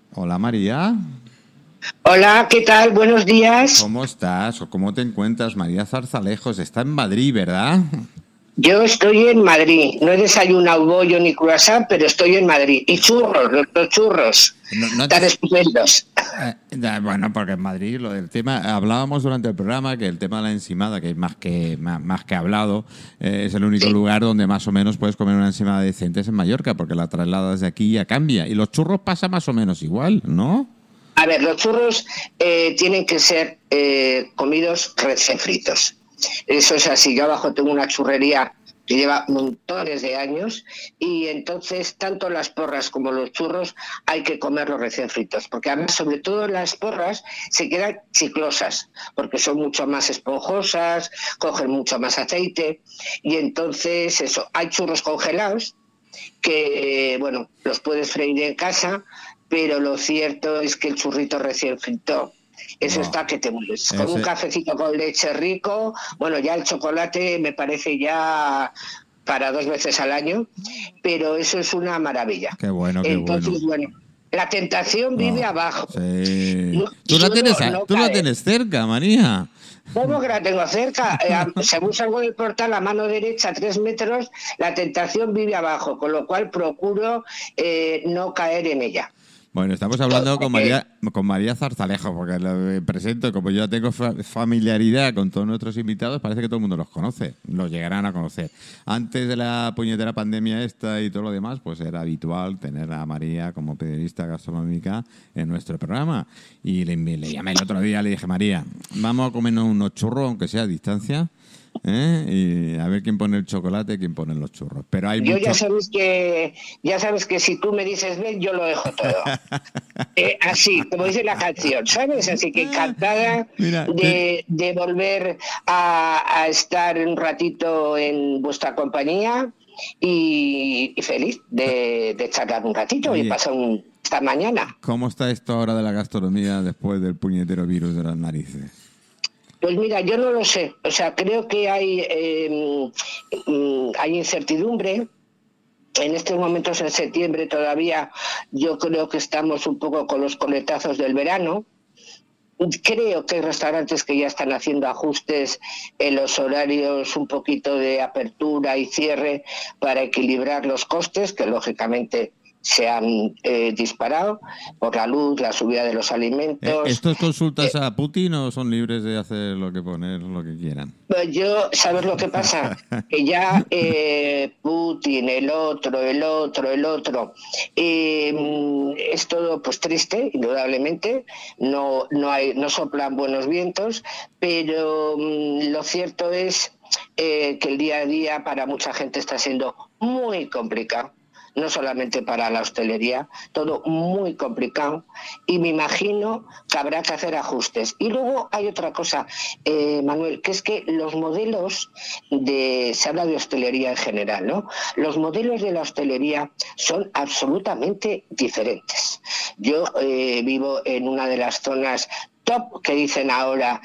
Hola María, Hola, ¿qué tal? Buenos días. ¿cómo estás o cómo te encuentras? María Zarzalejos está en Madrid, ¿verdad? Yo estoy en Madrid. No he desayunado bollo ni croissant, pero estoy en Madrid. Y churros, los churros. No, no Tan te- estupendos. bueno, porque en Madrid lo del tema, hablábamos durante el programa que el tema de la ensimada, que es más que hablado, es el único Sí. lugar donde más o menos puedes comer una ensimada decente es en Mallorca, porque la trasladas de aquí y ya cambia. Y los churros pasa más o menos igual, ¿no? A ver, los churros tienen que ser comidos recién fritos. Eso es así. Yo abajo tengo una churrería que lleva montones de años y entonces tanto las porras como los churros hay que comerlos recién fritos, porque además sobre todo las porras se quedan chiclosas, porque son mucho más esponjosas, cogen mucho más aceite y entonces eso, hay churros congelados que, bueno, los puedes freír en casa, pero lo cierto es que el churrito recién frito, eso No, está que te mueres. Con un ese, cafecito con leche rico, bueno, ya el chocolate me parece ya para 2 veces al año, pero eso es una maravilla. qué bueno, qué bueno. Entonces, bueno, la tentación vive Oh, abajo. sí. Y yo no Tú la caer. tienes cerca, María. ¿Cómo que la tengo cerca? Según salgo del portal, a mano derecha, 3 metros, la tentación vive abajo, con lo cual procuro no caer en ella. Bueno, estamos hablando Porque, con María Zarzalejo, porque lo presento, como yo tengo familiaridad con todos nuestros invitados, parece que todo el mundo los conoce, los llegarán a conocer. Antes de la puñetera pandemia esta y todo lo demás, pues era habitual tener a María como periodista gastronómica en nuestro programa. Y le llamé el otro día, le dije, María, vamos a comernos unos churros, aunque sea a distancia, ¿eh? Y a ver quién pone el chocolate y quién pone los churros. Pero hay yo mucho... ya sabes que si tú me dices ven, yo lo dejo todo. Así, como dice la canción, ¿sabes? Así que encantada Mira, de volver a estar un ratito en vuestra compañía y feliz de charlar un ratito y oye, pasar esta mañana. ¿cómo está esto ahora de la gastronomía después del puñetero virus de las narices? Pues mira, yo no lo sé. O sea, creo que hay incertidumbre. En estos momentos, en septiembre, todavía yo creo que estamos un poco con los coletazos del verano. Creo que hay restaurantes que ya están haciendo ajustes en los horarios, un poquito de apertura y cierre para equilibrar los costes, que lógicamente se han disparado por la luz, la subida de los alimentos. ¿Estos consultas Eh, a Putin o son libres de hacer lo que poner, lo que quieran? ¿Sabes lo que pasa? Que ya Putin, el otro, es todo pues triste, indudablemente, no soplan buenos vientos, pero lo cierto es que el día a día para mucha gente está siendo muy complicado, no solamente para la hostelería, todo muy complicado y me imagino que habrá que hacer ajustes. Y luego hay otra cosa, Manuel, que es que los modelos se habla de hostelería en general, ¿no? Los modelos de la hostelería son absolutamente diferentes. Yo vivo en una de las zonas top que dicen ahora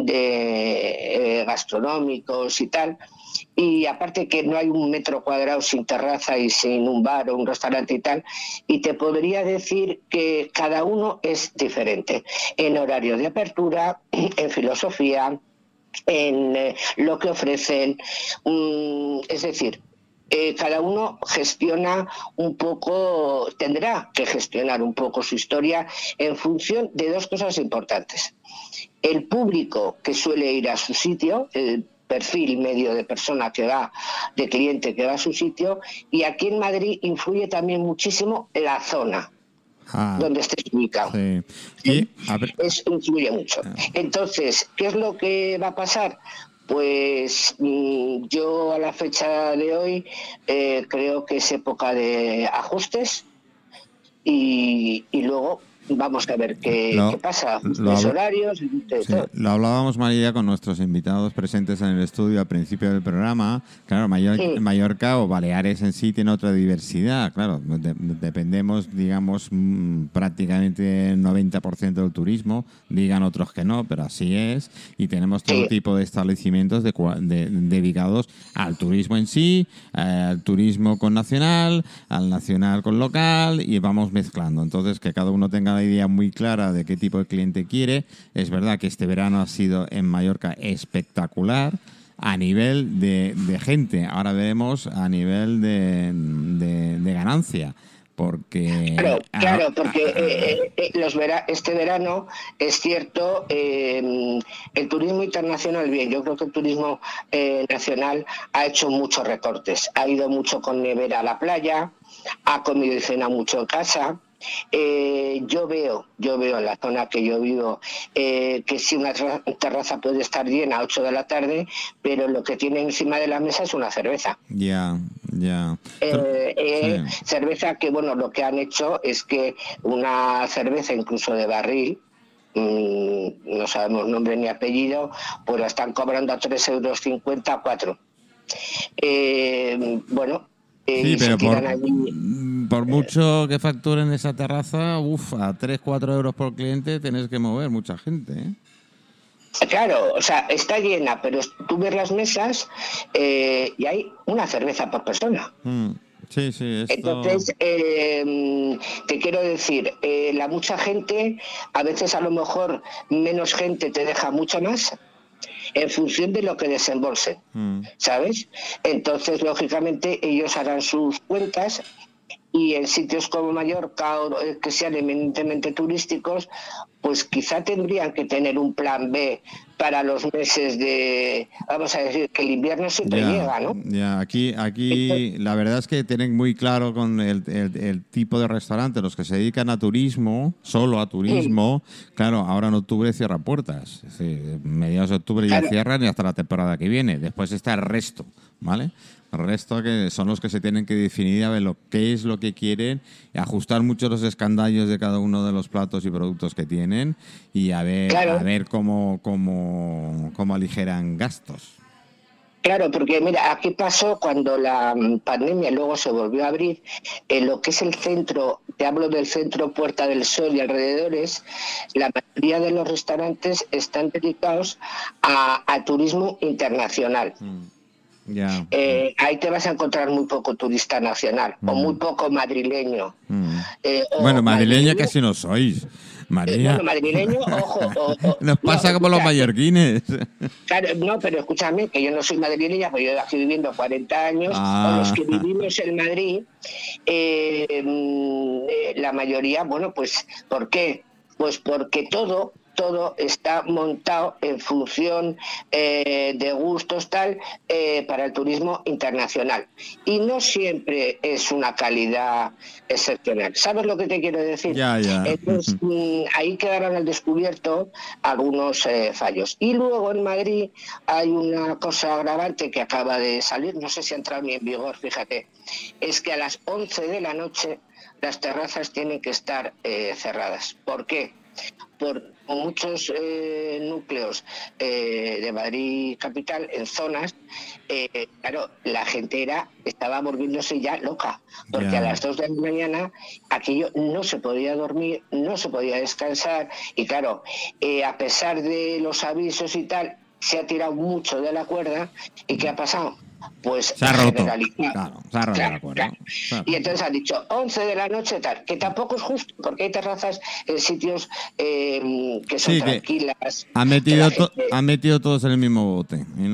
de gastronómicos y tal, y aparte que no hay un metro cuadrado sin terraza y sin un bar o un restaurante y tal, y te podría decir que cada uno es diferente en horario de apertura, en filosofía, en lo que ofrecen, es decir, cada uno gestiona un poco, tendrá que gestionar un poco su historia en función de dos cosas importantes. El público que suele ir a su sitio, el perfil medio de persona que va, de cliente que va a su sitio, y aquí en Madrid influye también muchísimo la zona Ah, donde estés ubicado. sí. ¿Sí? Y, a ver, Eso influye mucho. Entonces, ¿qué es lo que va a pasar? Pues yo a la fecha de hoy creo que es época de ajustes y luego vamos a ver qué lo, pasa, lo, ajustes habl- horarios, de Sí, todo. lo hablábamos, María, con nuestros invitados presentes en el estudio al principio del programa. Claro, Mm. Mallorca o Baleares en sí tiene otra diversidad. Claro, dependemos, digamos, prácticamente el 90% del turismo. Digan otros que no, pero así es. Y tenemos todo Sí, tipo de establecimientos dedicados al turismo en sí, al turismo con nacional, al nacional con local y vamos mezclando. Entonces, que cada uno tenga una idea muy clara de qué tipo de cliente quiere. Es verdad que este verano ha sido en Mallorca espectacular a nivel de gente. Ahora veremos a nivel de ganancia. Porque Claro, porque este verano es cierto, el turismo internacional, bien, yo creo que el turismo nacional ha hecho muchos recortes, ha ido mucho con nevera a la playa, ha comido y cena mucho en casa. Yo veo en la zona que yo vivo que sí, una terraza puede estar llena a 8 de la tarde, pero lo que tiene encima de la mesa es una cerveza. Ya. Sí. Cerveza que, bueno, lo que han hecho es que una cerveza incluso de barril, no sabemos nombre ni apellido, pues la están cobrando a 3,50 €, 4. Bueno, Sí, pero allí, por mucho que facturen esa terraza, a 3-4 euros por cliente tenés que mover mucha gente, ¿eh? Claro, o sea, está llena, pero tú ves las mesas y hay una cerveza por persona. Sí, esto... Entonces, te quiero decir, la mucha gente, a veces a lo mejor menos gente te deja mucho más en función de lo que desembolsen, ¿sabes? Entonces, lógicamente, ellos harán sus cuentas y en sitios como Mallorca, que sean eminentemente turísticos, pues quizá tendrían que tener un plan B para los meses de, vamos a decir, que el invierno siempre llega, ¿no? Aquí la verdad es que tienen muy claro con el tipo de restaurante, los que se dedican a turismo, solo a turismo, claro, ahora en octubre cierran puertas, es decir, mediados de octubre ya cierran y hasta la temporada que viene, después está el resto, ¿vale? El resto que son los que se tienen que definir a ver qué es lo que quieren, y ajustar mucho los escandallos de cada uno de los platos y productos que tienen y a ver cómo aligeran gastos. Claro, porque mira, aquí pasó cuando la pandemia luego se volvió a abrir, en lo que es el centro, te hablo del centro Puerta del Sol y alrededores, la mayoría de los restaurantes están dedicados a turismo internacional. Ahí te vas a encontrar muy poco turista nacional o muy poco madrileño. Bueno, madrileño casi no sois. María. Bueno, madrileño, ojo. Nos pasa como los mallorquines. Claro, no, pero escúchame, que yo no soy madrileña, pues yo llevo aquí viviendo 40 años, o los que vivimos en Madrid, la mayoría, bueno, pues, ¿por qué? Pues porque todo está montado en función de gustos para el turismo internacional y no siempre es una calidad excepcional. ¿Sabes lo que te quiero decir? Ya. Entonces, ahí quedaron al descubierto algunos fallos. Y luego en Madrid hay una cosa agravante que acaba de salir, no sé si ha entrado ni en vigor, fíjate, es que a las 11 de la noche las terrazas tienen que estar cerradas. ¿Por qué? Por muchos núcleos de Madrid capital, en zonas, claro, la gente estaba volviéndose ya loca, porque a las 2 de la mañana aquello no se podía dormir, no se podía descansar, y claro, a pesar de los avisos y tal, se ha tirado mucho de la cuerda, ¿y qué ha pasado? Pues se ha roto. Claro, se ha roto la cuerda. Y entonces han dicho 11 de la noche tal, que tampoco es justo, porque hay terrazas en sitios que son tranquilas. Han metido todos en el mismo bote. Y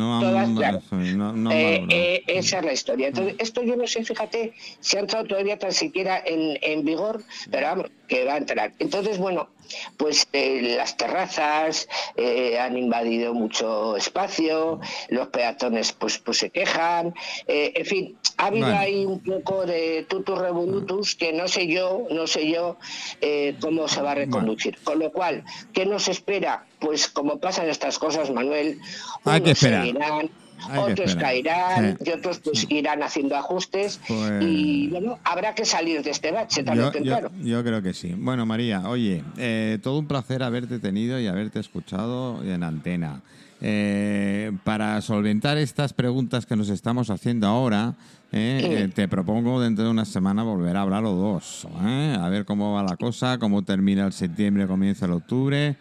esa es la historia. Entonces, esto yo no sé, fíjate, si ha entrado todavía tan siquiera en vigor, pero vamos, que va a entrar. Entonces, bueno, pues las terrazas han invadido mucho espacio, los peatones pues se quejan, en fin, ha habido ahí un poco de tutus revolutus que no sé yo cómo se va a reconducir. Con lo cual, ¿qué nos espera? Pues como pasan estas cosas, Manuel, unos seguirán, otros caerán y otros pues irán haciendo ajustes y bueno, habrá que salir de este bache tarde o temprano. Yo creo que sí. Bueno, María, oye, todo un placer haberte tenido y haberte escuchado en antena. Para solventar estas preguntas que nos estamos haciendo ahora, te propongo dentro de una semana volver a hablar o dos, a ver cómo va la cosa, cómo termina el septiembre, comienza el octubre.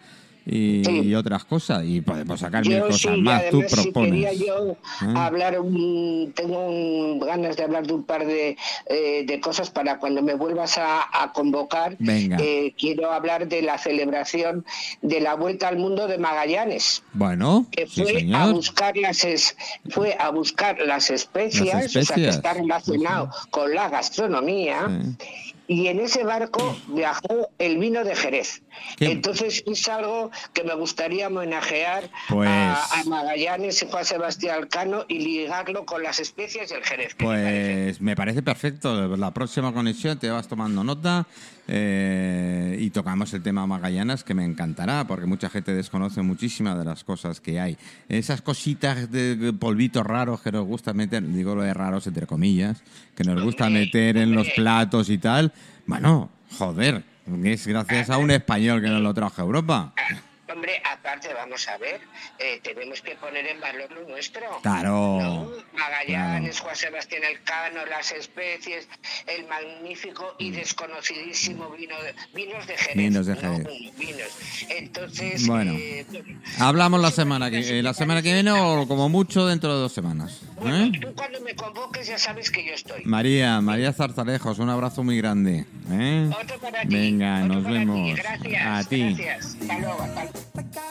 y otras cosas. Y podemos sacar mil cosas sí, más. Tú además, si quería propones. yo hablar, tengo ganas de hablar de un par de cosas para cuando me vuelvas a convocar. Venga. Quiero hablar de la celebración de la Vuelta al Mundo de Magallanes. Bueno, Que sí, fue señor. fue a buscar las especias, o sea, que está relacionado con la gastronomía. Sí. Y en ese barco viajó el vino de Jerez. ¿Qué? Entonces es algo que me gustaría homenajear Pues- a Magallanes y Juan Sebastián Elcano y ligarlo con las especias y el Jerez. ¿Qué te parece? Pues me parece perfecto. La próxima conexión te vas tomando nota y tocamos el tema Magallanes, que me encantará, porque mucha gente desconoce muchísimas de las cosas que hay. Esas cositas de polvitos raros que nos gusta meter, digo lo de raros entre comillas, que nos gusta meter en los platos y tal. Bueno, joder, es gracias a un español que nos lo trajo a Europa. Hombre, aparte, vamos a ver, tenemos que poner en valor lo nuestro. Claro. ¿No? Magallanes, Juan Sebastián Elcano, las especies, el magnífico y desconocidísimo vinos de Jerez. Vinos de Jerez. ¿No? Vinos. Entonces, Bueno, hablamos la semana que viene o como mucho dentro de 2 semanas. Bueno, tú cuando me convoques ya sabes que yo estoy. María Zarzalejos, un abrazo muy grande. Otro para ti. Venga, otro nos para ti. vemos. Gracias. A ti. Gracias. Hasta luego.